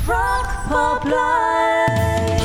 Rock Pop Live.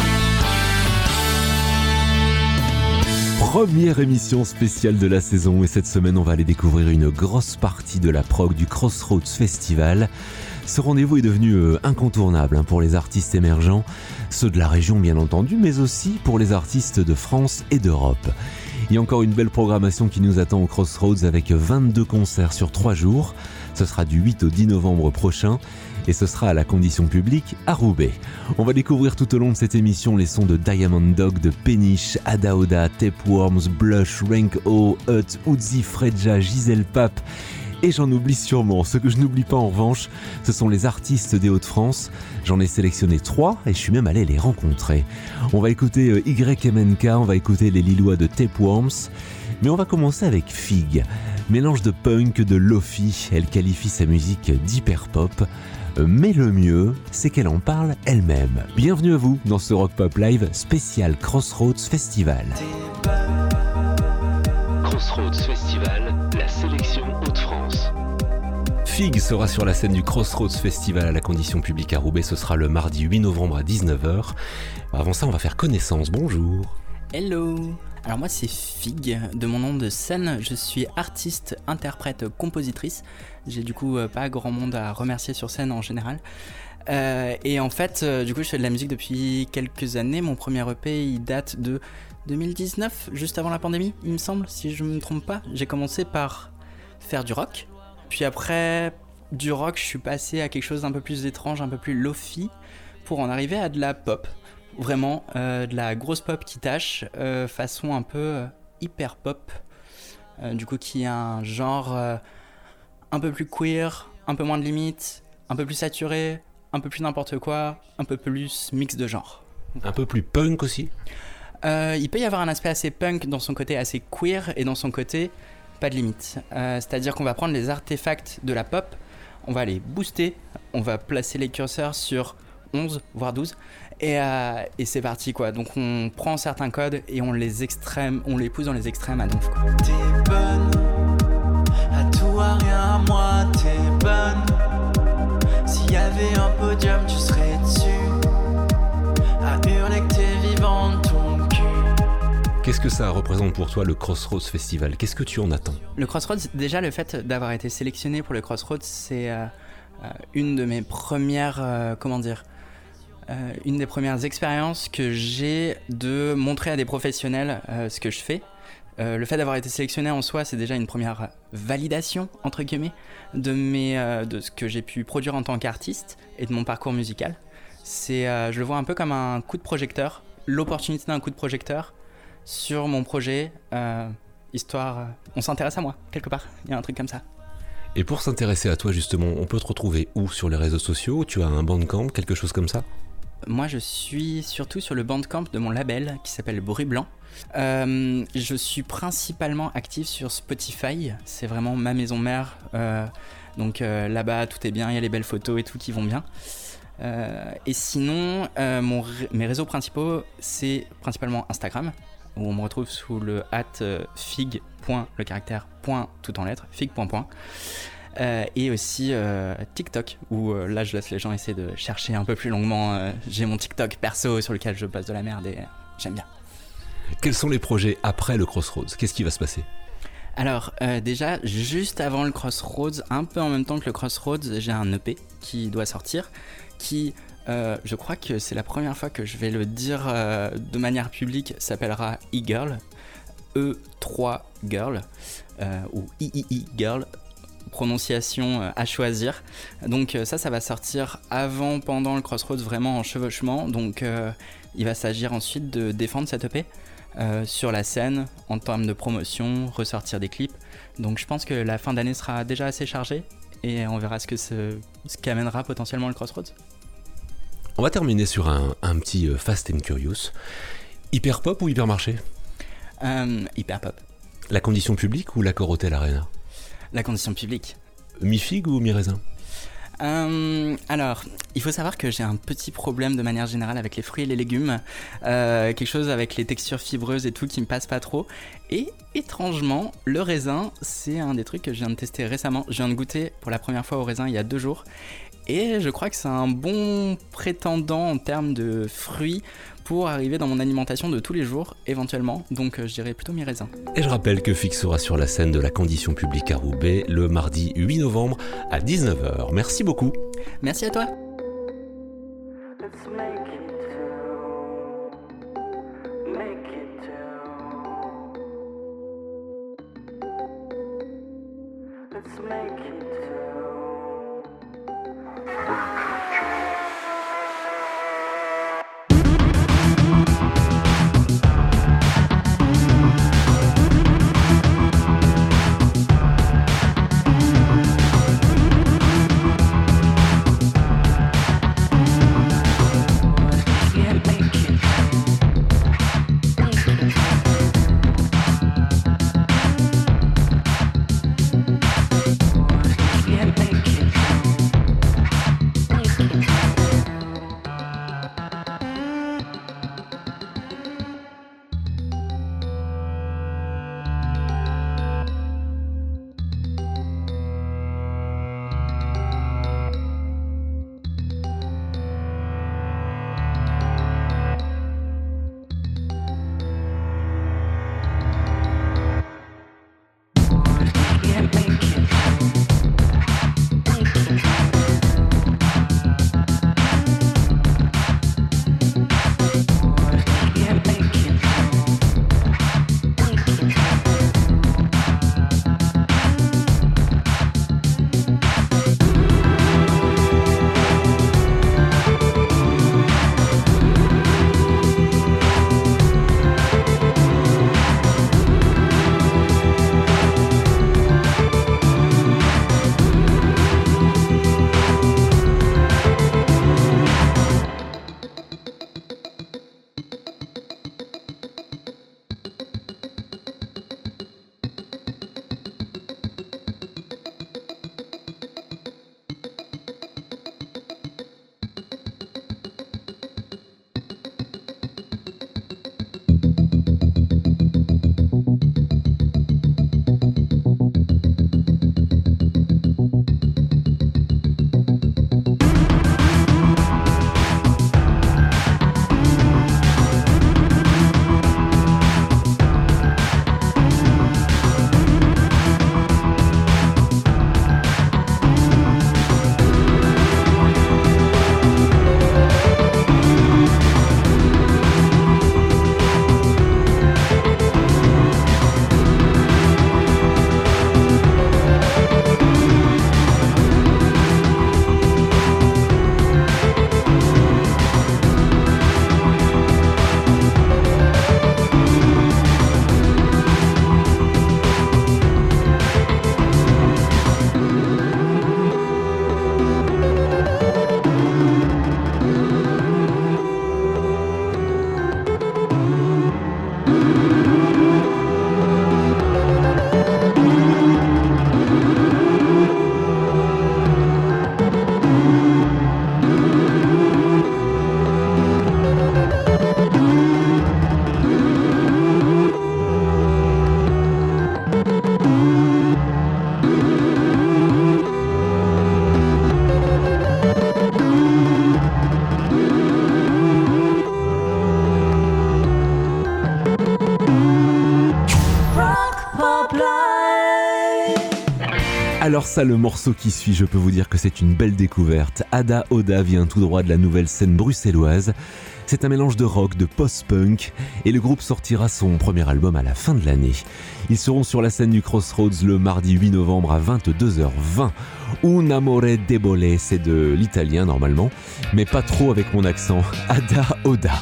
Première émission spéciale de la saison et cette semaine on va aller découvrir une grosse partie de la prog du Crossroads Festival. Ce rendez-vous est devenu incontournable pour les artistes émergents, ceux de la région bien entendu, mais aussi pour les artistes de France et d'Europe. Il y a encore une belle programmation qui nous attend au Crossroads avec 22 concerts sur 3 jours. Ce sera du 8 au 10 novembre prochain et ce sera à la Condition Publique à Roubaix. On va découvrir tout au long de cette émission les sons de Diamond Dog, de Péniche, Ada Oda, Tapeworms, Blush, Rank O, Hut, Uzi, Freja, Gisèle Pape. Et j'en oublie sûrement. Ce que je n'oublie pas en revanche, ce sont les artistes des Hauts-de-France. J'en ai sélectionné 3 et je suis même allé les rencontrer. On va écouter YMNK, on va écouter les Lillois de Tapeworms. Mais on va commencer avec Fig. Mélange de punk, de lofi. Elle qualifie sa musique d'hyper-pop. Mais le mieux, c'est qu'elle en parle elle-même. Bienvenue à vous dans ce Rock Pop Live spécial Crossroads Festival. Crossroads Festival, la sélection Hauts-de-France. Fig sera sur la scène du Crossroads Festival à la Condition Publique à Roubaix. Ce sera le mardi 8 novembre à 19h. Avant ça, on va faire connaissance. Bonjour. Hello. Alors moi c'est Fig, de mon nom de scène, je suis artiste, interprète, compositrice. J'ai du coup pas grand monde à remercier sur scène en général. Et en fait, du coup je fais de la musique depuis quelques années. Mon premier EP il date de 2019, juste avant la pandémie, il me semble, si je me trompe pas. J'ai commencé par faire du rock. Puis après du rock, je suis passé à quelque chose d'un peu plus étrange, un peu plus lo-fi, pour en arriver à de la pop. Vraiment de la grosse pop qui tâche, façon un peu hyper pop, du coup qui est un genre un peu plus queer, un peu moins de limites, un peu plus saturé, un peu plus n'importe quoi, un peu plus mix de genres. Un peu plus punk aussi. Il peut y avoir un aspect assez punk dans son côté assez queer et dans son côté pas de limite. C'est-à-dire qu'on va prendre les artefacts de la pop, on va les booster, on va placer les curseurs sur 11 voire 12 et c'est parti quoi. Donc on prend certains codes et on les pousse dans les extrêmes à donf quoi. T'es bonne, à tout à rien à moi t'es bonne. S'il y avait un podium tu serais dessus, à hurler que t'es vivante ton cul. Qu'est-ce que ça représente pour toi le Crossroads Festival ? Qu'est-ce que tu en attends ? Le Crossroads, déjà le fait d'avoir été sélectionné pour le Crossroads, c'est une de mes premières une des premières expériences que j'ai de montrer à des professionnels ce que je fais. Le fait d'avoir été sélectionné en soi, c'est déjà une première validation, entre guillemets, de ce que j'ai pu produire en tant qu'artiste et de mon parcours musical. Je le vois un peu comme un coup de projecteur, l'opportunité d'un coup de projecteur sur mon projet, histoire... on s'intéresse à moi, quelque part, il y a un truc comme ça. Et pour s'intéresser à toi justement, on peut te retrouver où ? Sur les réseaux sociaux ? Tu as un bandcamp, quelque chose comme ça ? Moi je suis surtout sur le bandcamp de mon label qui s'appelle Bruit Blanc. Je suis principalement actif sur Spotify, c'est vraiment ma maison mère. Donc là-bas tout est bien, il y a les belles photos et tout qui vont bien. Et sinon, mes réseaux principaux c'est principalement Instagram, où on me retrouve sous le @fig. Le caractère point tout en lettres, fig. Et aussi TikTok, où là je laisse les gens essayer de chercher un peu plus longuement. J'ai mon TikTok perso sur lequel je passe de la merde et j'aime bien. Quels sont les projets après le Crossroads ? Qu'est-ce qui va se passer ? Alors déjà, juste avant le Crossroads, un peu en même temps que le Crossroads, j'ai un EP qui doit sortir, qui... je crois que c'est la première fois que je vais le dire de manière publique, s'appellera E-Girl, E3 Girl, ou III Girl, prononciation à choisir. Donc ça va sortir avant, pendant le Crossroads, vraiment en chevauchement. Donc il va s'agir ensuite de défendre cette EP sur la scène, en termes de promotion, ressortir des clips. Donc je pense que la fin d'année sera déjà assez chargée et on verra ce qu'amènera potentiellement le Crossroads. On va terminer sur un petit Fast and Curious. Hyper pop ou hypermarché ? Hyper pop. La Condition Publique ou l'Accor Hotel Arena ? La Condition Publique. Mi-figue ou mi-raisin ? Alors, il faut savoir que j'ai un petit problème de manière générale avec les fruits et les légumes. Quelque chose avec les textures fibreuses et tout qui me passe pas trop. Et étrangement, le raisin, c'est un des trucs que je viens de tester récemment. Je viens de goûter pour la première fois au raisin il y a 2 jours. Et je crois que c'est un bon prétendant en termes de fruits pour arriver dans mon alimentation de tous les jours, éventuellement. Donc je dirais plutôt mi-raisin. Et je rappelle que Fig sera sur la scène de la Condition publique à Roubaix le mardi 8 novembre à 19h. Merci beaucoup. Merci à toi. Let's make it two. Make it two. Let's make it two. Alors ça, le morceau qui suit, je peux vous dire que c'est une belle découverte. Ada Oda vient tout droit de la nouvelle scène bruxelloise. C'est un mélange de rock, de post-punk, et le groupe sortira son premier album à la fin de l'année. Ils seront sur la scène du Crossroads le mardi 8 novembre à 22h20. Un amore debole, c'est de l'italien normalement, mais pas trop avec mon accent. Ada Oda.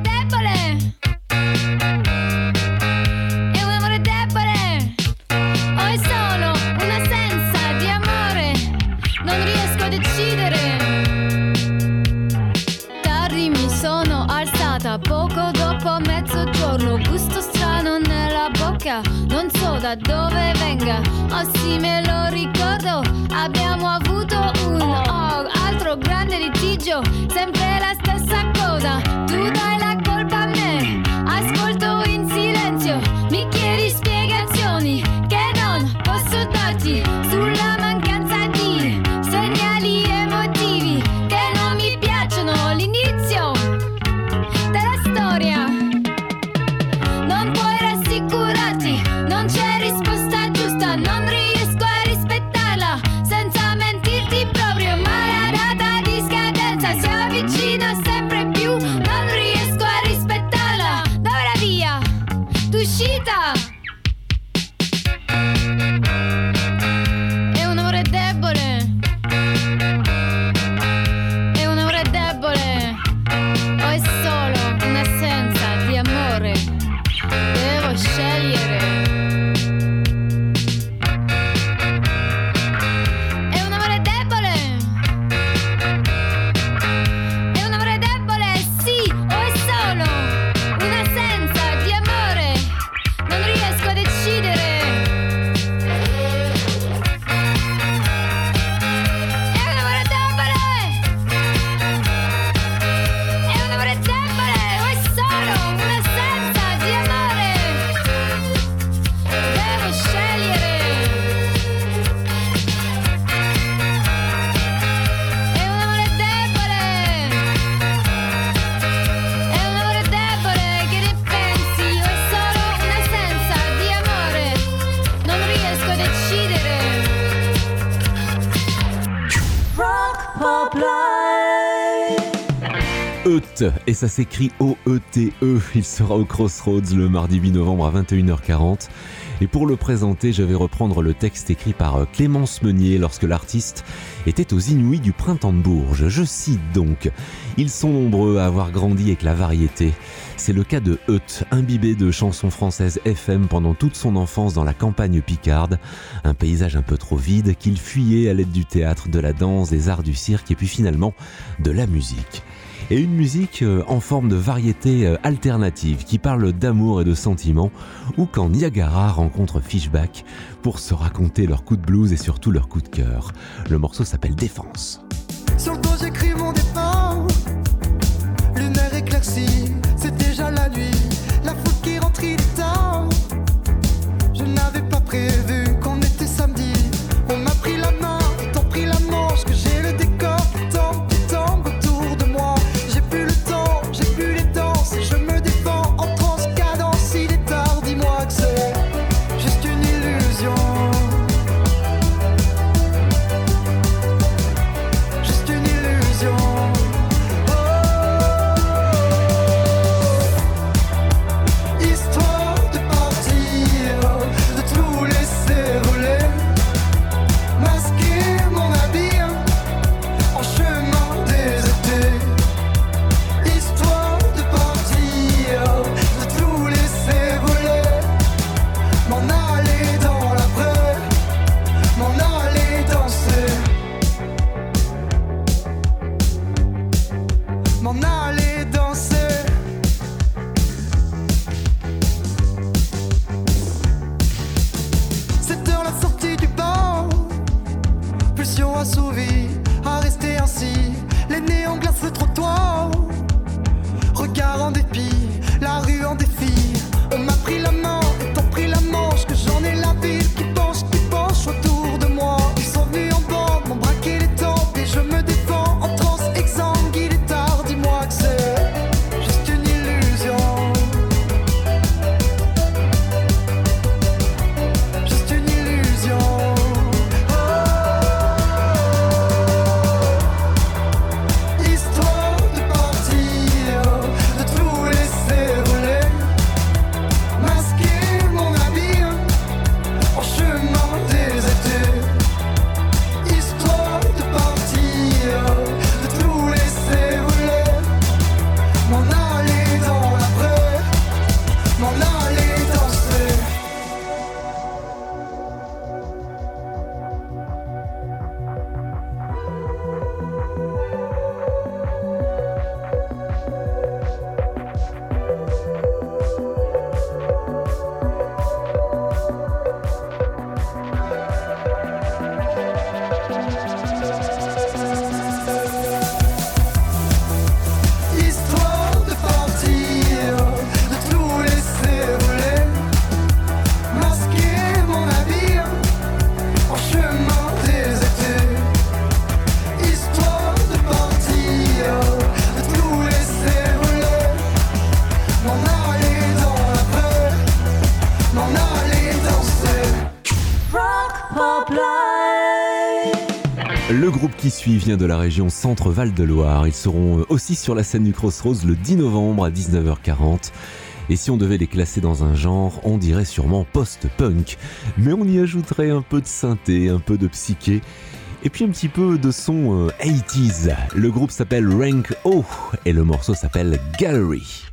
Poco dopo mezzogiorno, gusto strano nella bocca, non so da dove venga, oh sì me lo ricordo, abbiamo avuto un altro grande litigio, sempre la stessa cosa, tu dai la colpa a me, ascolto in silenzio, mi chiedi spiegazioni che non posso darti, sulla mancanza di segnali emotivi. avvicina sempre più, non riesco a rispettarla. Dove la via d'uscita? È un amore debole, è un amore debole, o è solo un'assenza di amore? Devo scegliere. Eute, et ça s'écrit O-E-T-E. Il sera au Crossroads le mardi 8 novembre à 21h40. Et pour le présenter, je vais reprendre le texte écrit par Clémence Meunier lorsque l'artiste était aux Inouïs du Printemps de Bourges. Je cite donc: « Ils sont nombreux à avoir grandi avec la variété. C'est le cas de Eute, imbibé de chansons françaises FM pendant toute son enfance dans la campagne picarde, un paysage un peu trop vide qu'il fuyait à l'aide du théâtre, de la danse, des arts du cirque et puis finalement de la musique. » Et une musique en forme de variété alternative qui parle d'amour et de sentiments, ou quand Niagara rencontre Fishback pour se raconter leurs coups de blues et surtout leurs coups de cœur. Le morceau s'appelle Défense. Sur le dos j'écris mon défense, lunaire éclaircie, c'est déjà la nuit, la foule qui rentre il est temps. Je n'avais pas prévu qu'on était samedi, on m'a pris la main, t'en pris la manche, que j'ai le décor qui tombe autour de moi. J'ai plus le temps, j'ai plus les danses, et je me défends en transe cadence. Il est tard, dis-moi que c'est juste une illusion. Juste une illusion. qui suit vient de la région Centre-Val de Loire. Ils seront aussi sur la scène du Crossroads le 10 novembre à 19h40. Et si on devait les classer dans un genre, on dirait sûrement post-punk. Mais on y ajouterait un peu de synthé, un peu de psyché, et puis un petit peu de son 80s. Le groupe s'appelle Rank O et le morceau s'appelle Gallery.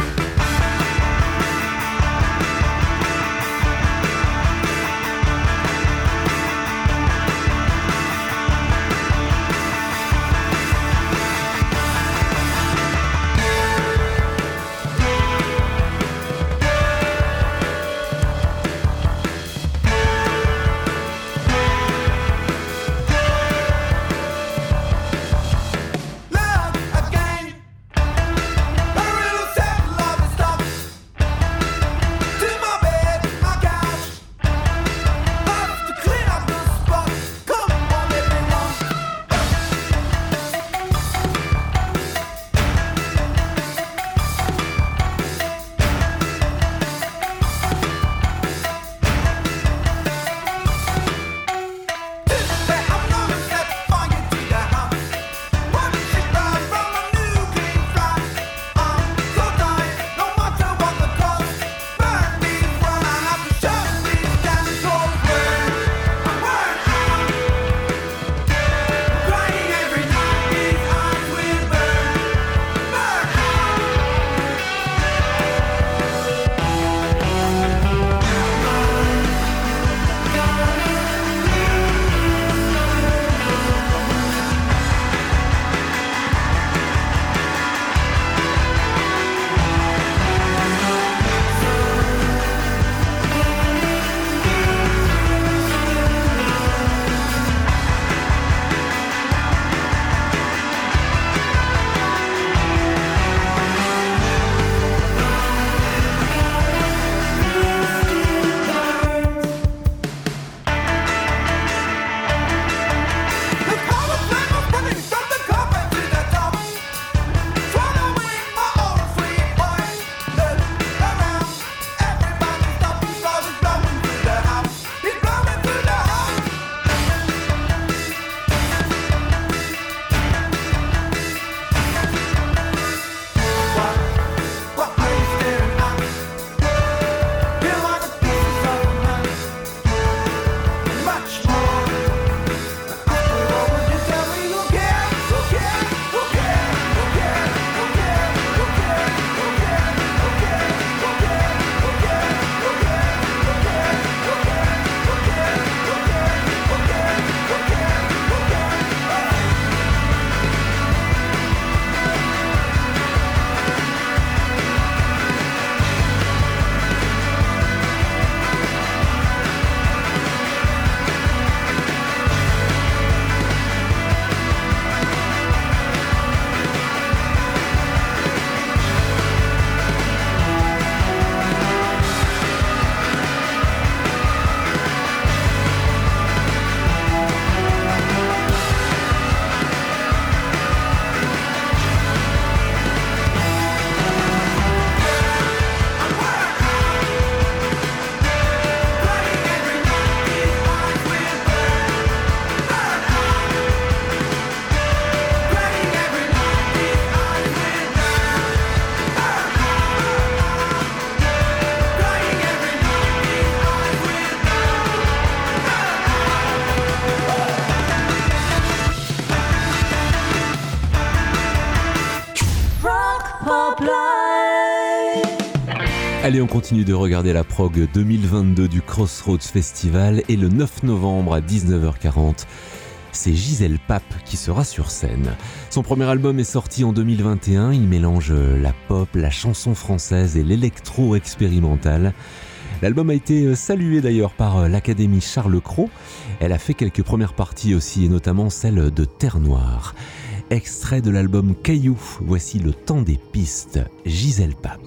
Allez, on continue de regarder la prog 2022 du Crossroads Festival et le 9 novembre à 19h40, c'est Gisèle Pape qui sera sur scène. Son premier album est sorti en 2021, il mélange la pop, la chanson française et l'électro-expérimental. L'album a été salué d'ailleurs par l'Académie Charles Cros. Elle a fait quelques premières parties aussi, et notamment celle de Terre Noire. Extrait de l'album Caillou, voici Le Temps des Pistes, Gisèle Pape.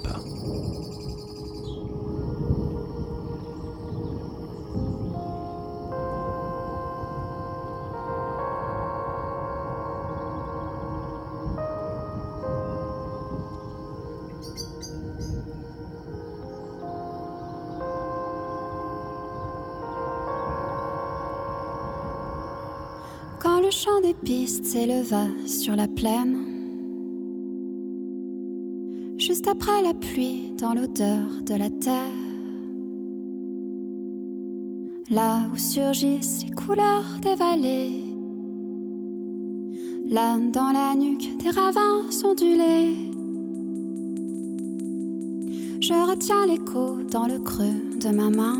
Quand le chant des pistes s'éleva sur la plaine. Juste après la pluie, dans l'odeur de la terre. Là où surgissent les couleurs des vallées. Là, dans la nuque, des ravins ondulés. Je retiens l'écho dans le creux de ma main.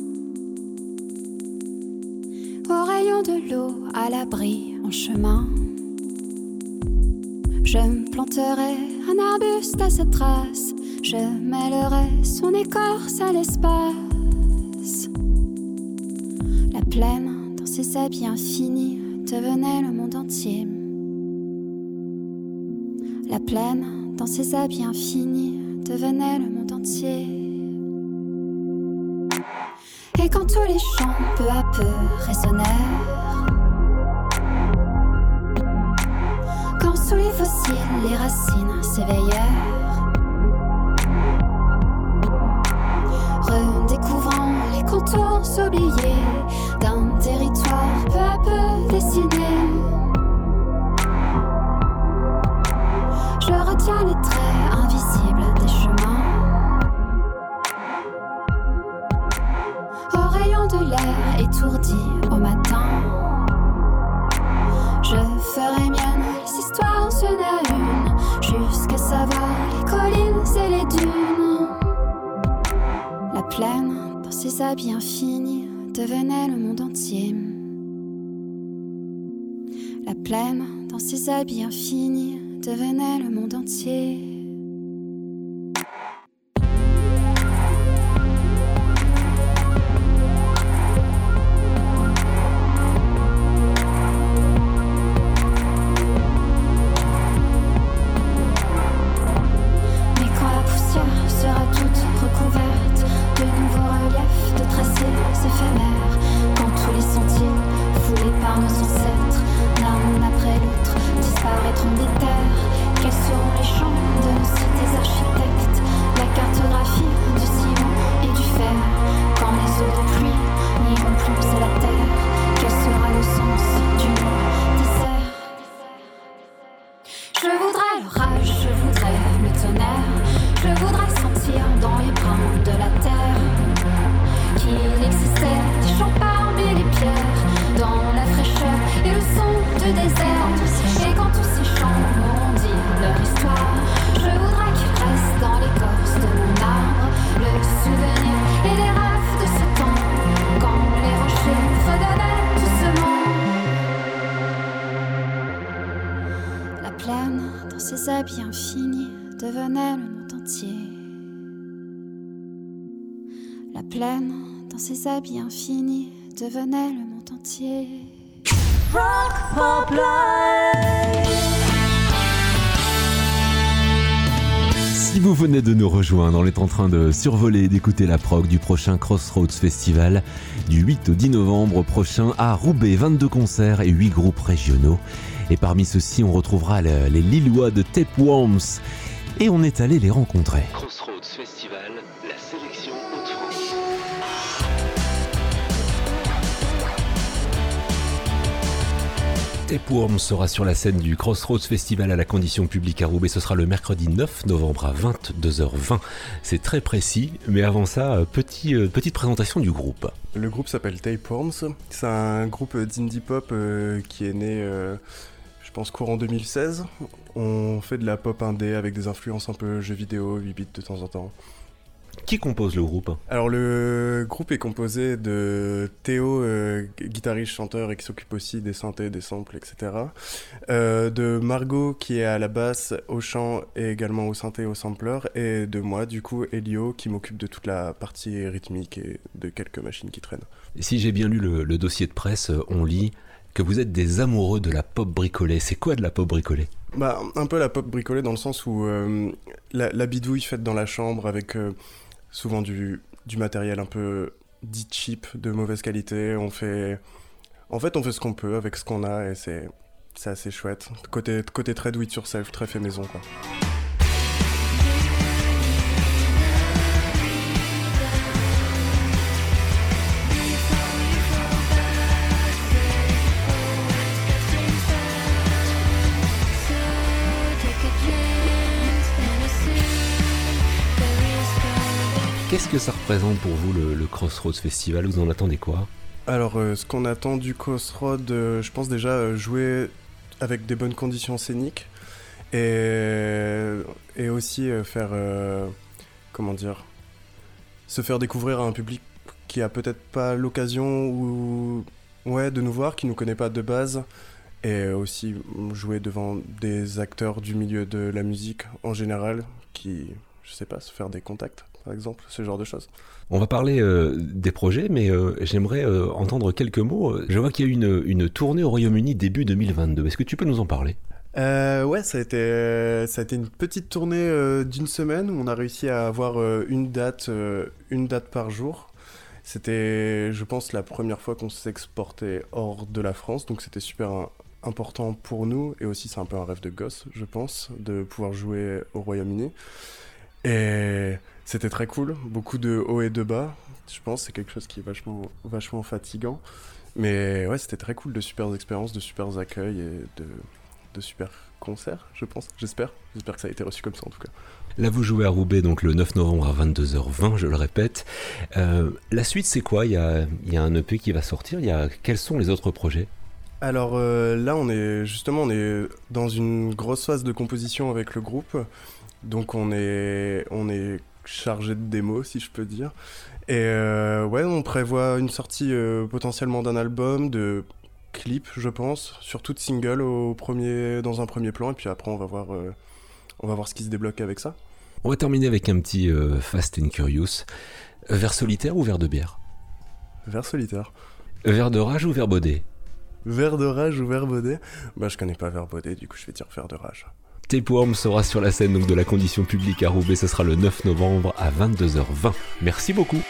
Au rayon de l'eau, à l'abri, en chemin. Je me planterai un arbuste à sa trace. Je mêlerai son écorce à l'espace. La plaine, dans ses habits infinis, devenait le monde entier. La plaine, dans ses habits infinis, devenait le monde entier. Et quand tous les chants peu à peu résonnèrent, quand sous les fossiles les racines s'éveillèrent, redécouvrant les contours oubliés d'un territoire peu à peu dessiné, je retiens les traits invisibles des chemins. Au rayon de l'air étourdi au matin, je ferai mienne les histoires une à une, jusqu'à savoir les collines et les dunes. La plaine, dans ses habits infinis, devenait le monde entier. La plaine, dans ses habits infinis, devenait le monde entier. Bien fini devenait le monde entier. La plaine, dans ses habits infinis, devenait le monde entier. Rock Pop Live. Si vous venez de nous rejoindre, on est en train de survoler et d'écouter la prog du prochain Crossroads Festival du 8 au 10 novembre prochain à Roubaix. 22 concerts et 8 groupes régionaux. Et parmi ceux-ci, on retrouvera les Lillois de Tapeworms. Et on est allé les rencontrer. Crossroads Festival, la sélection Hauts-de-France. Tapeworms sera sur la scène du Crossroads Festival à la Condition Publique à Roubaix. Ce sera le mercredi 9 novembre à 22h20. C'est très précis, mais avant ça, petite présentation du groupe. Le groupe s'appelle Tapeworms. C'est un groupe d'indie pop qui est né, je pense, courant 2016. On fait de la pop indé avec des influences un peu jeux vidéo, 8 bits de temps en temps. Qui compose le groupe ? Alors le groupe est composé de Théo, guitariste, chanteur et qui s'occupe aussi des synthés, des samples, etc. De Margot qui est à la basse, au chant et également au synthé et au sampler. Et de moi du coup, Elio, qui m'occupe de toute la partie rythmique et de quelques machines qui traînent. Et si j'ai bien lu le dossier de presse, on lit que vous êtes des amoureux de la pop bricolée. C'est quoi de la pop bricolée ? Bah, un peu la pop bricolée dans le sens où la bidouille faite dans la chambre avec souvent du matériel un peu dit cheap, de mauvaise qualité. On fait ce qu'on peut avec ce qu'on a et c'est assez chouette. Côté très do it yourself, très fait maison, quoi. Qu'est-ce que ça représente pour vous le Crossroads Festival? Vous en attendez quoi? Alors, ce qu'on attend du Crossroads, je pense déjà jouer avec des bonnes conditions scéniques et aussi faire, comment dire, se faire découvrir à un public qui a peut-être pas l'occasion de nous voir, qui nous connaît pas de base, et aussi jouer devant des acteurs du milieu de la musique en général, qui, je sais pas, se faire des contacts, par exemple, ce genre de choses. On va parler des projets, mais j'aimerais entendre quelques mots. Je vois qu'il y a eu une tournée au Royaume-Uni début 2022. Est-ce que tu peux nous en parler? Ouais, ça a été une petite tournée d'une semaine où on a réussi à avoir une date par jour. C'était, je pense, la première fois qu'on s'exportait hors de la France, donc c'était super important pour nous, et aussi c'est un peu un rêve de gosse, je pense, de pouvoir jouer au Royaume-Uni. Et c'était très cool, beaucoup de hauts et de bas, je pense, c'est quelque chose qui est vachement fatigant. Mais ouais, c'était très cool, de super expériences, de super accueils et de super concerts, je pense, j'espère que ça a été reçu comme ça en tout cas. Là vous jouez à Roubaix donc le 9 novembre à 22h20, je le répète. La suite c'est quoi? Il y a un EP qui va sortir, quels sont les autres projets? Alors là on est dans une grosse phase de composition avec le groupe, donc on est chargé de démos si je peux dire. Et on prévoit une sortie potentiellement d'un album, de clips je pense, surtout de singles dans un premier plan, et puis après on va voir ce qui se débloque avec ça. On va terminer avec un petit Fast and Curious. Verre solitaire ou verre de bière? Verre solitaire. Verre de rage ou verre baudet? Verre de rage ou verre baudet? Je connais pas verre baudet, du coup je vais dire verre de rage. Tapeworm sera sur la scène donc de la condition publique à Roubaix, ce sera le 9 novembre à 22h20. Merci beaucoup.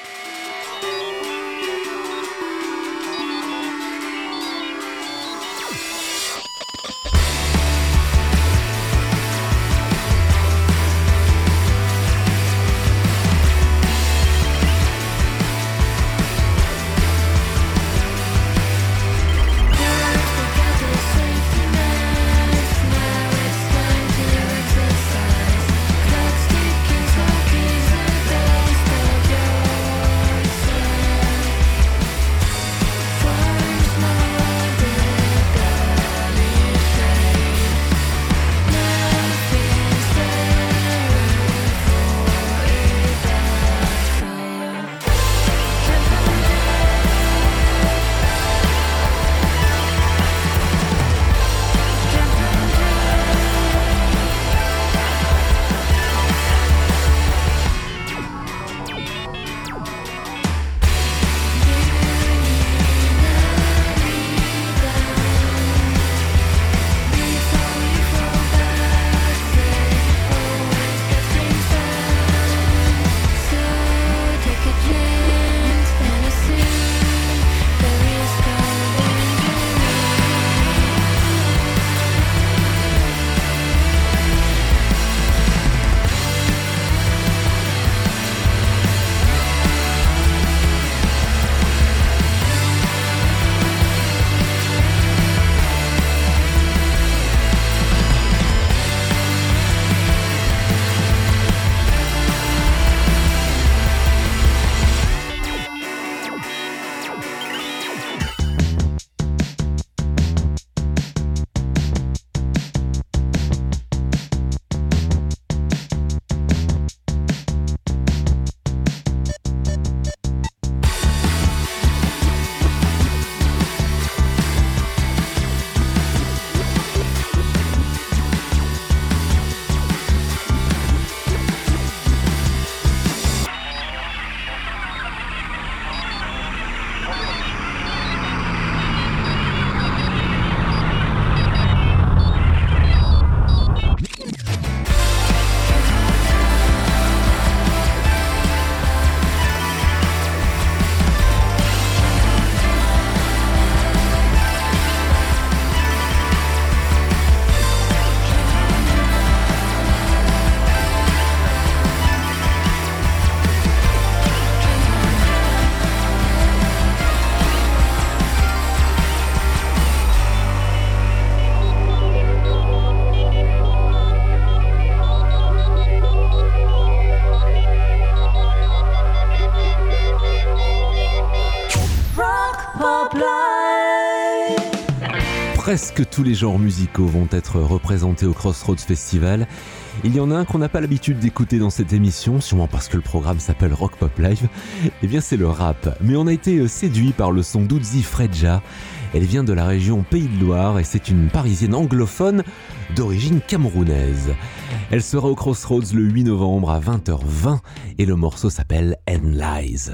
Presque tous les genres musicaux vont être représentés au Crossroads Festival. Il y en a un qu'on n'a pas l'habitude d'écouter dans cette émission, sûrement parce que le programme s'appelle Rock Pop Live. Eh bien c'est le rap, mais on a été séduit par le son d'Uzi Fredja. Elle vient de la région Pays de Loire et c'est une Parisienne anglophone d'origine camerounaise. Elle sera au Crossroads le 8 novembre à 20h20 et le morceau s'appelle And Lies.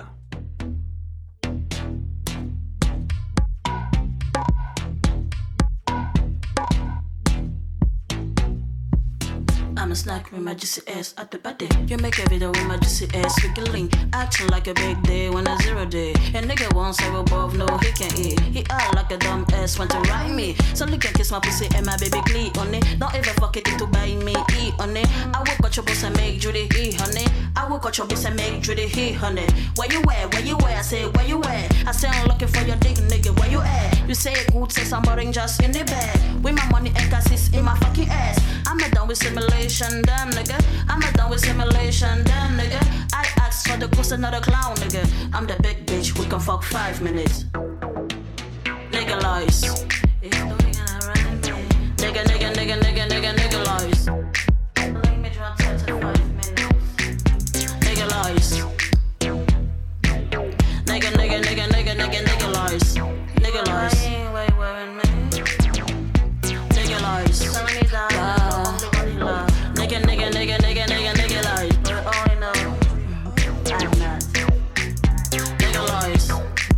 I'm a snack with my juicy ass at the party. You make a video with my juicy ass wiggling, acting like a big day when a 0 day. A nigga won't say above, no he can eat. He act like a dumb ass want to ride me. So you can kiss my pussy and my baby glee on it. Don't ever fuck it to buy me eat on it. I will cut your boss and make Judy he honey. I will cut your boss and make Judy he honey. Where you at? Where you at? I say where you at? I say I'm looking for your dick nigga. Where you at? You say it good, say somebody just in the bed. With my money and cassis in my fucking ass. I'm not done with simulation, damn nigga. I'm not done with simulation, damn nigga. I asked for the ghost, another clown nigga. I'm the big bitch, we can fuck 5 minutes. Nigga lies. Nigga, nigga, nigga, nigga, nigga, nigga lies. Let me drop that to 5 minutes. Nigga lies. Nigga, nigga, nigga, nigga, nigga, nigga lies. Nigga lies. Nigga lies. Nigga, nigga, nigga, nigga, nigga, nigga lies. But only know I'm not. Nigga lies.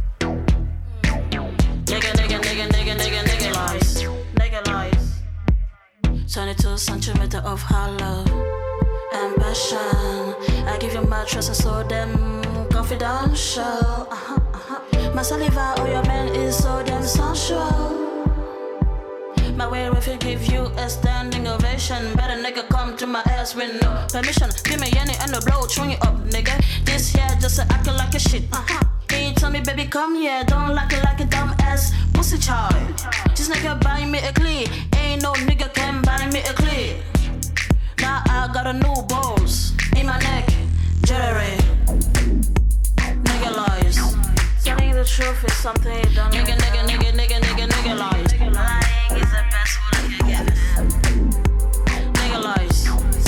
Nigga, nigga, nigga, nigga, nigga, nigga lies. Nigga lies. 22 centimeters of hollow and passion. I give you my trust and so damn confidential. My saliva or your man is so damn sensual. My way if you give you a standing ovation. Better nigga come to my ass with no permission. Give me any and the blow, swing it up, nigga. This here just acting like a shit. He tell me, baby, come here. Don't like it like a dumb ass pussy child. This nigga buy me a clean. Ain't no nigga can buy me a clean. Now I got a new balls in my neck, jewelry. Nigga lies. Telling the truth is something you don't. Nigga, nigga, nigga, nigga, nigga, nigga lies. Lying is the best one I can get. Nigga lies.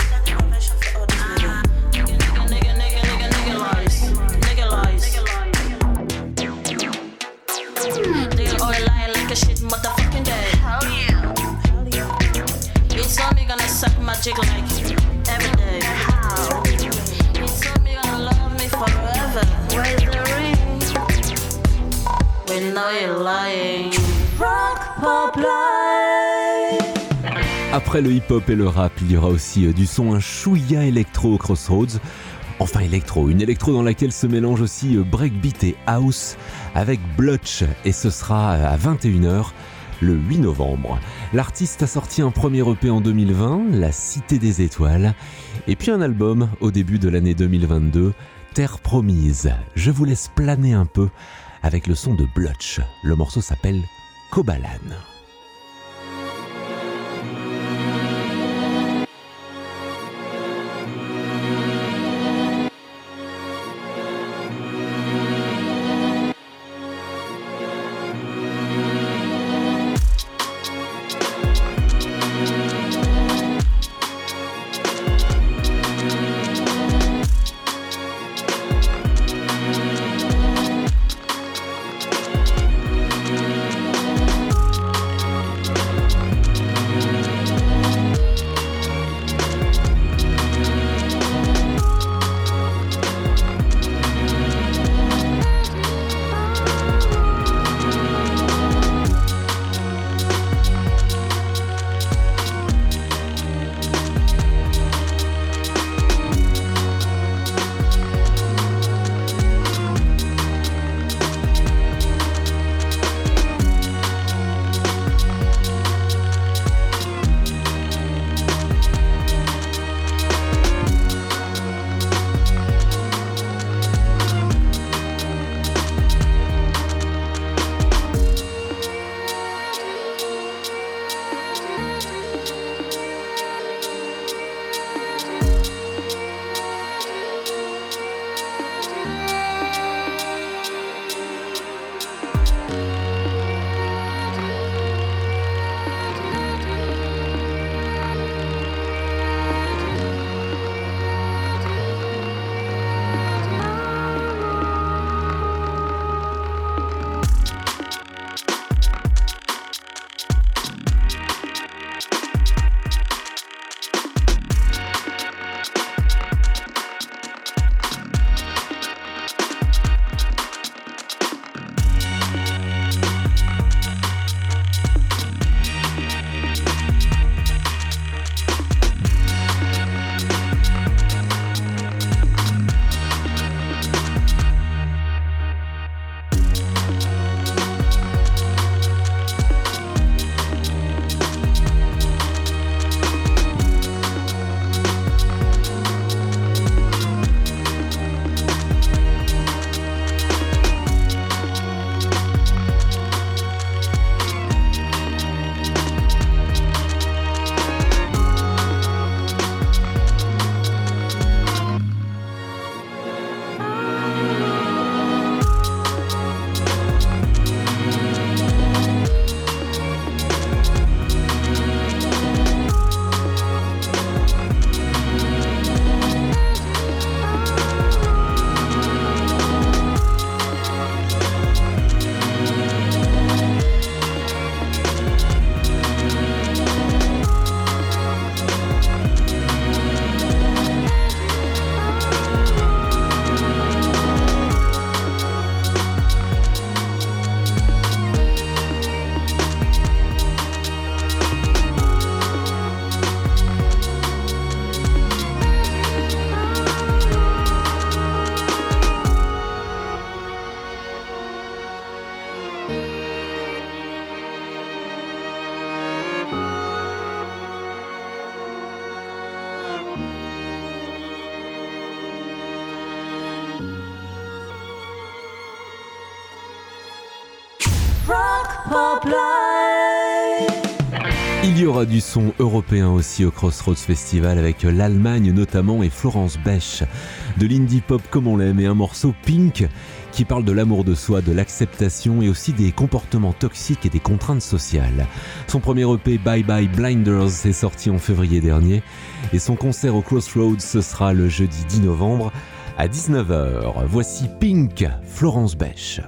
Nigga, nigga, nigga, nigga, nigga lies. Nigga lies. Nigga all lying like a shit motherfucking dead. Hell yeah. He told me gonna suck my dick like every day. How? He told me gonna love me forever. Where's the ring? We know you're lying. Rock Pop Live. Après le hip-hop et le rap, il y aura aussi du son un chouïa électro au Crossroads. Enfin électro, une électro dans laquelle se mélange aussi breakbeat et house avec Blotch. Et ce sera à 21h le 8 novembre. L'artiste a sorti un premier EP en 2020, La Cité des Étoiles. Et puis un album au début de l'année 2022, Terre Promise. Je vous laisse planer un peu avec le son de Blotch. Le morceau s'appelle Kobalan. Pop Live. Il y aura du son européen aussi au Crossroads Festival avec l'Allemagne notamment et Florence Bech. De l'indie pop comme on l'aime et un morceau Pink qui parle de l'amour de soi, de l'acceptation et aussi des comportements toxiques et des contraintes sociales. Son premier EP Bye Bye Blinders est sorti en février dernier et son concert au Crossroads ce sera le jeudi 10 novembre à 19h. Voici Pink, Florence Bech.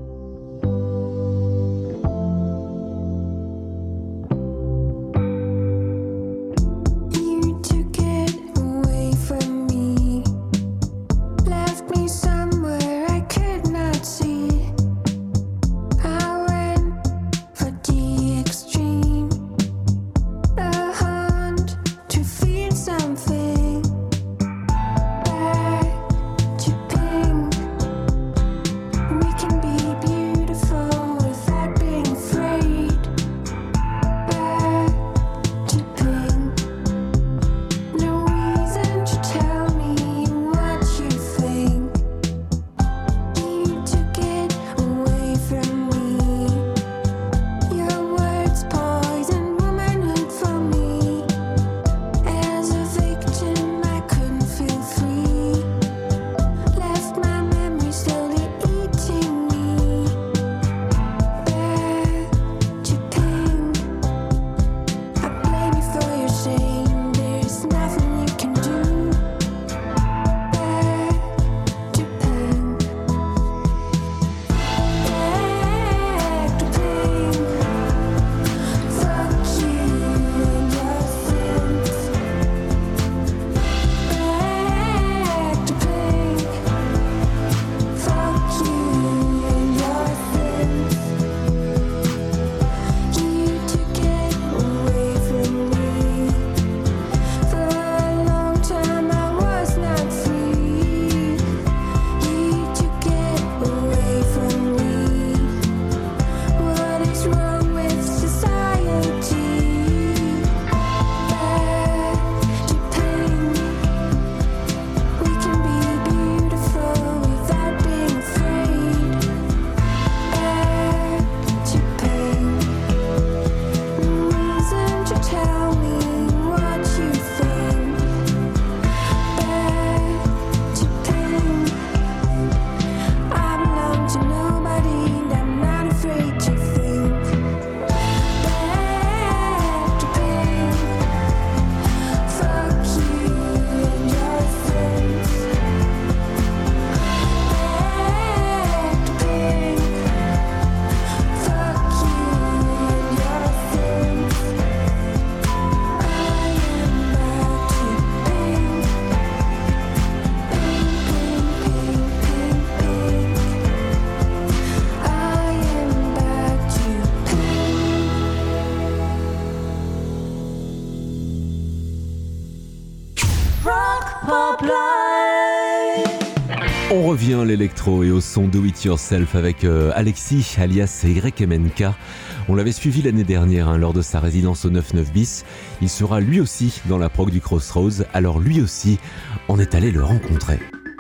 On revient à l'électro et au son Do It Yourself avec Alexis alias YMNK. On l'avait suivi l'année dernière lors de sa résidence au 99 bis. Il sera lui aussi dans la prog du Crossroads, alors lui aussi, on est allé le rencontrer.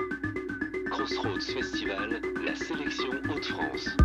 Crossroads Festival, la sélection Hauts-de-France.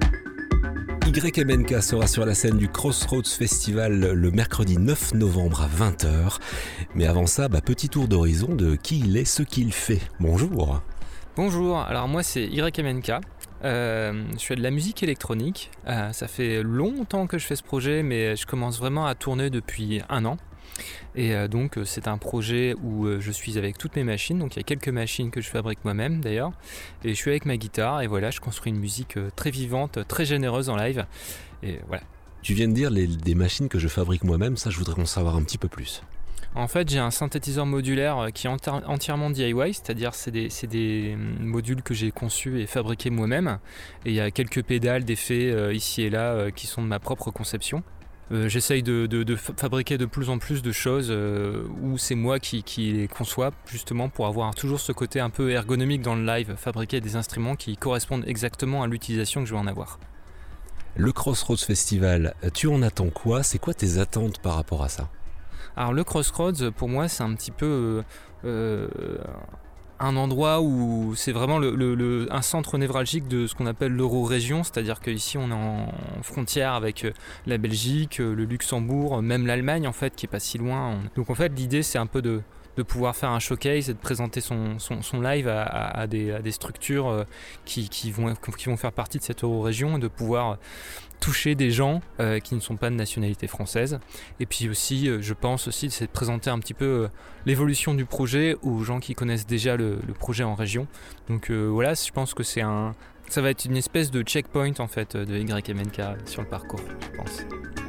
YMNK sera sur la scène du Crossroads Festival le mercredi 9 novembre à 20h. Mais avant ça, petit tour d'horizon de qui il est, ce qu'il fait. Bonjour. Bonjour, alors moi c'est YMNK, je fais de la musique électronique, ça fait longtemps que je fais ce projet mais je commence vraiment à tourner depuis 1 an et donc c'est un projet où je suis avec toutes mes machines, donc il y a quelques machines que je fabrique moi-même d'ailleurs et je suis avec ma guitare et voilà, je construis une musique très vivante, très généreuse en live et voilà. Tu viens de dire des machines que je fabrique moi-même, ça je voudrais en savoir un petit peu plus. En fait, j'ai un synthétiseur modulaire qui est entièrement DIY, c'est-à-dire c'est des modules que j'ai conçus et fabriqués moi-même. Et il y a quelques pédales d'effets ici et là qui sont de ma propre conception. J'essaye de fabriquer de plus en plus de choses où c'est moi qui les conçois, justement pour avoir toujours ce côté un peu ergonomique dans le live, fabriquer des instruments qui correspondent exactement à l'utilisation que je vais en avoir. Le Crossroads Festival, tu en attends quoi ? C'est quoi tes attentes par rapport à ça ? Alors le Crossroads, pour moi, c'est un petit peu un endroit où c'est vraiment un centre névralgique de ce qu'on appelle l'Euro-région, c'est-à-dire qu'ici on est en frontière avec la Belgique, le Luxembourg, même l'Allemagne en fait qui est pas si loin. Donc en fait l'idée c'est un peu de pouvoir faire un showcase et de présenter son live à des structures qui vont faire partie de cette Euro-région et de pouvoir toucher des gens qui ne sont pas de nationalité française. Et puis aussi, je pense aussi, c'est de présenter un petit peu l'évolution du projet aux gens qui connaissent déjà le projet en région. Donc voilà, je pense que ça va être une espèce de checkpoint en fait de YMNK sur le parcours, je pense.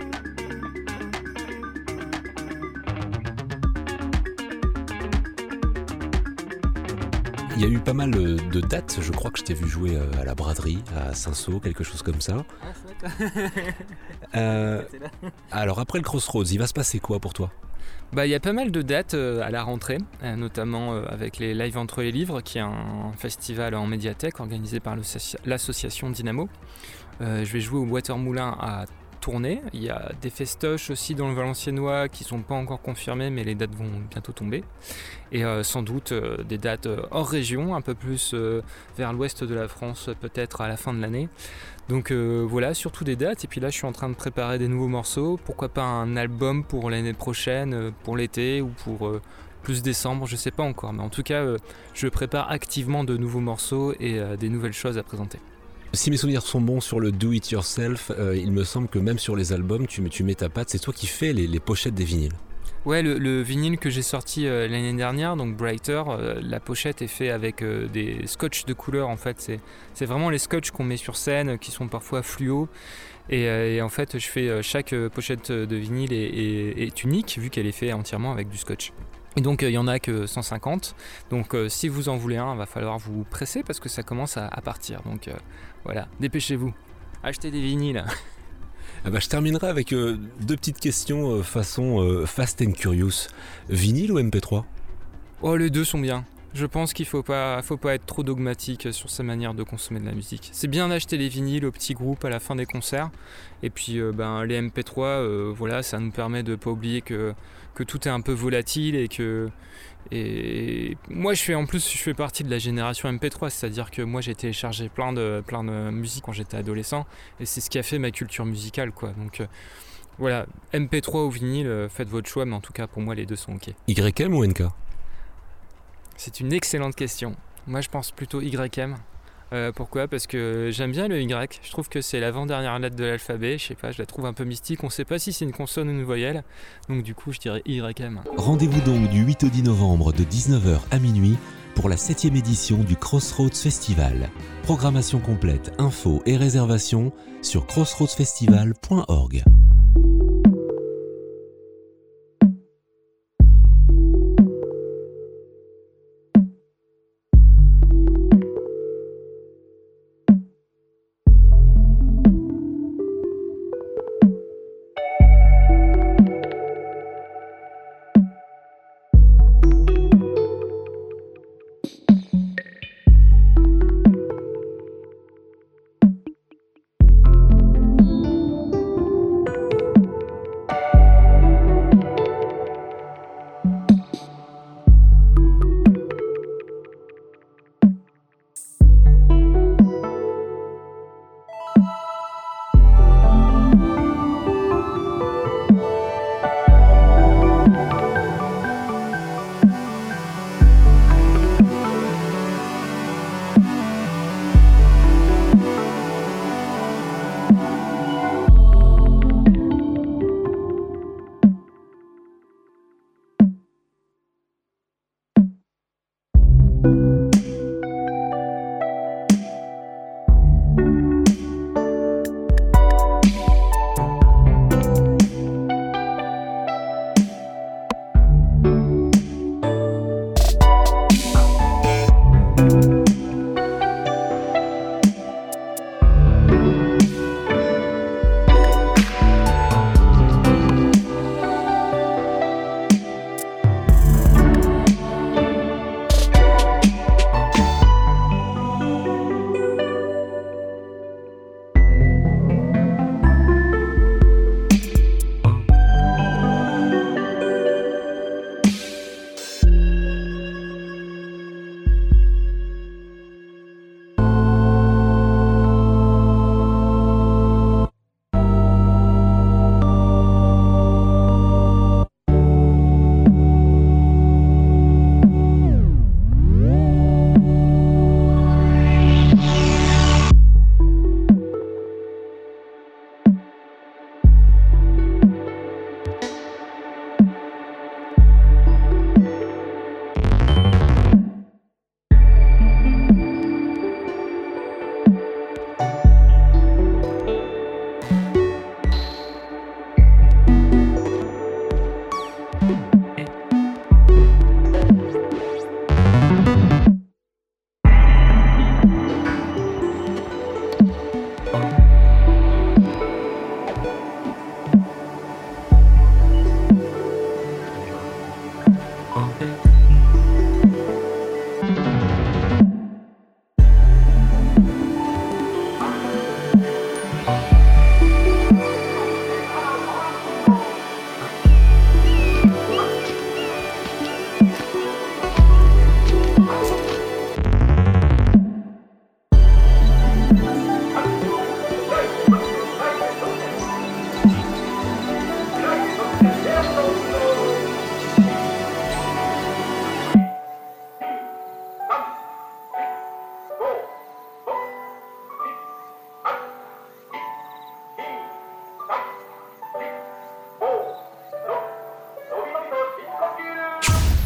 Il y a eu pas mal de dates, je crois que je t'ai vu jouer à la braderie, à Saint-Saul, quelque chose comme ça. Alors après le Crossroads, il va se passer quoi pour toi ? Il y a pas mal de dates à la rentrée, notamment avec les Live entre les livres, qui est un festival en médiathèque organisé par l'association Dynamo. Je vais jouer au Watermoulin à Tournai. Il y a des festoches aussi dans le Valenciennois qui ne sont pas encore confirmés, mais les dates vont bientôt tomber. Et sans doute des dates hors région, un peu plus vers l'ouest de la France, peut-être à la fin de l'année. Donc voilà, surtout des dates. Et puis là, je suis en train de préparer des nouveaux morceaux. Pourquoi pas un album pour l'année prochaine, pour l'été ou pour plus décembre, je ne sais pas encore. Mais en tout cas, je prépare activement de nouveaux morceaux et des nouvelles choses à présenter. Si mes souvenirs sont bons sur le do it yourself, il me semble que même sur les albums, tu mets ta patte. C'est toi qui fais les pochettes des vinyles. Ouais, le vinyle que j'ai sorti l'année dernière, donc Brighter, la pochette est faite avec des scotch de couleur en fait. C'est vraiment les scotch qu'on met sur scène qui sont parfois fluo. Et en fait, je fais chaque pochette de vinyle est unique vu qu'elle est faite entièrement avec du scotch. Et donc il n'y en a que 150. Donc si vous en voulez un, il va falloir vous presser parce que ça commence à partir. Donc voilà, dépêchez-vous. Achetez des vinyles. Je terminerai avec deux petites questions façon Fast and Curious. Vinyle ou MP3 ? Oh, les deux sont bien. Je pense qu'il faut pas être trop dogmatique sur sa manière de consommer de la musique. C'est bien d'acheter les vinyles aux petits groupes à la fin des concerts. Et puis les MP3, voilà, ça nous permet de ne pas oublier que tout est un peu volatile et moi je fais partie de la génération MP3, c'est-à-dire que moi j'ai téléchargé plein de musiques quand j'étais adolescent et c'est ce qui a fait ma culture musicale quoi. Donc voilà, MP3 ou vinyle, faites votre choix, mais en tout cas pour moi les deux sont ok. YM ou NK ? C'est une excellente question. Moi je pense plutôt YM. Pourquoi ? Parce que j'aime bien le Y, je trouve que c'est l'avant-dernière lettre de l'alphabet, je sais pas, je la trouve un peu mystique, on sait pas si c'est une consonne ou une voyelle, donc du coup je dirais YM. Rendez-vous donc du 8 au 10 novembre de 19h à minuit pour la 7e édition du Crossroads Festival. Programmation complète, infos et réservations sur crossroadsfestival.org.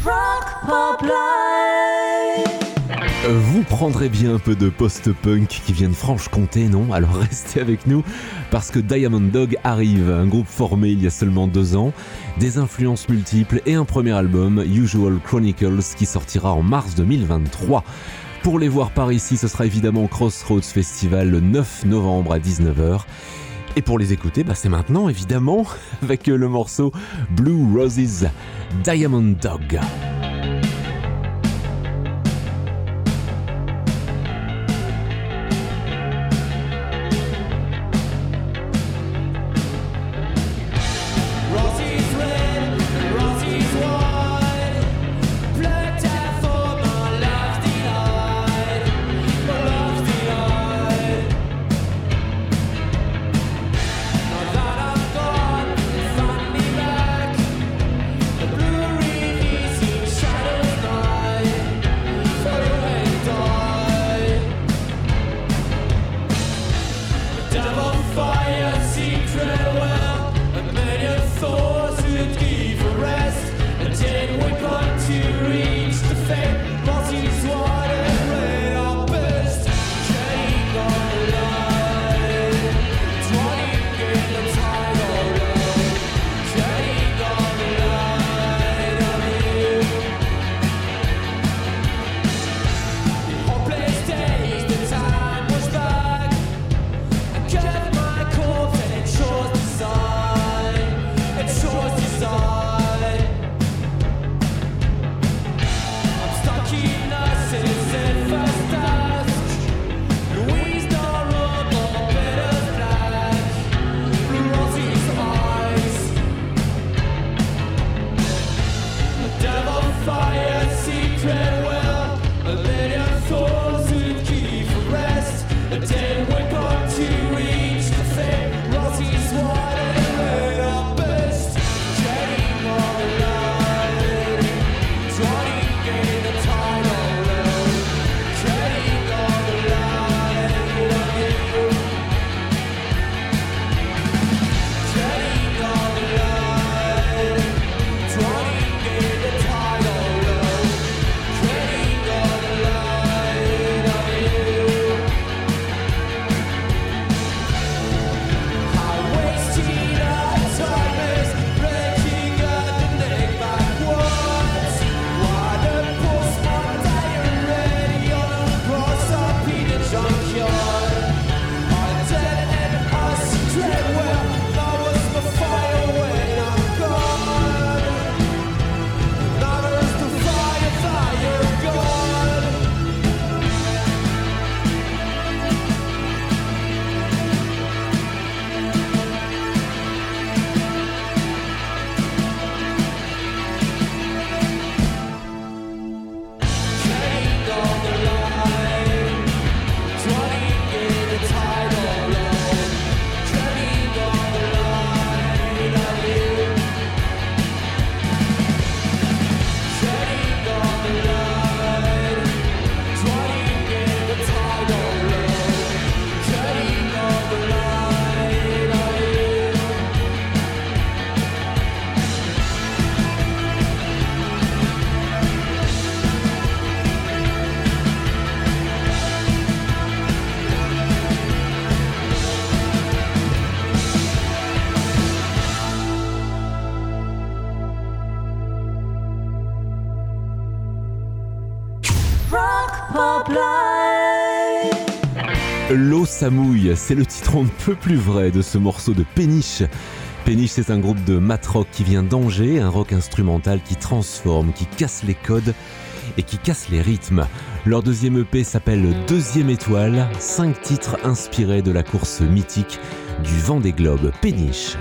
Rock Pop Live. Vous prendrez bien un peu de post-punk qui vient de Franche-Comté, non? Alors restez avec nous parce que Diamond Dog arrive, un groupe formé il y a seulement 2 ans, des influences multiples et un premier album, Usual Chronicles, qui sortira en mars 2023. Pour les voir par ici, ce sera évidemment au Crossroads Festival le 9 novembre à 19h. Et pour les écouter, c'est maintenant évidemment avec le morceau Blue Roses, Diamond Dog. L'eau ça mouille, c'est le titre on ne peut plus vrai de ce morceau de Péniche. Péniche, c'est un groupe de mat rock qui vient d'Angers, un rock instrumental qui transforme, qui casse les codes et qui casse les rythmes. Leur deuxième EP s'appelle Deuxième Étoile, 5 titres inspirés de la course mythique du Vendée Globe. Péniche.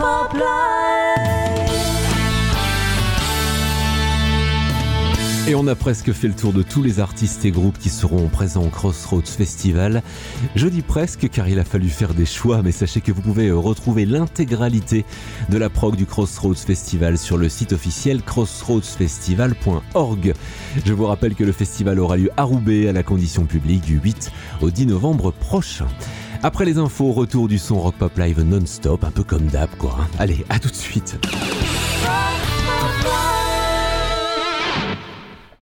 Pop Live. Et on a presque fait le tour de tous les artistes et groupes qui seront présents au Crossroads Festival. Je dis presque car il a fallu faire des choix, mais sachez que vous pouvez retrouver l'intégralité de la prog du Crossroads Festival sur le site officiel crossroadsfestival.org. Je vous rappelle que le festival aura lieu à Roubaix à la condition publique du 8 au 10 novembre prochain. Après les infos, retour du son Rock Pop Live non-stop, un peu comme d'hab quoi. Allez, à tout de suite.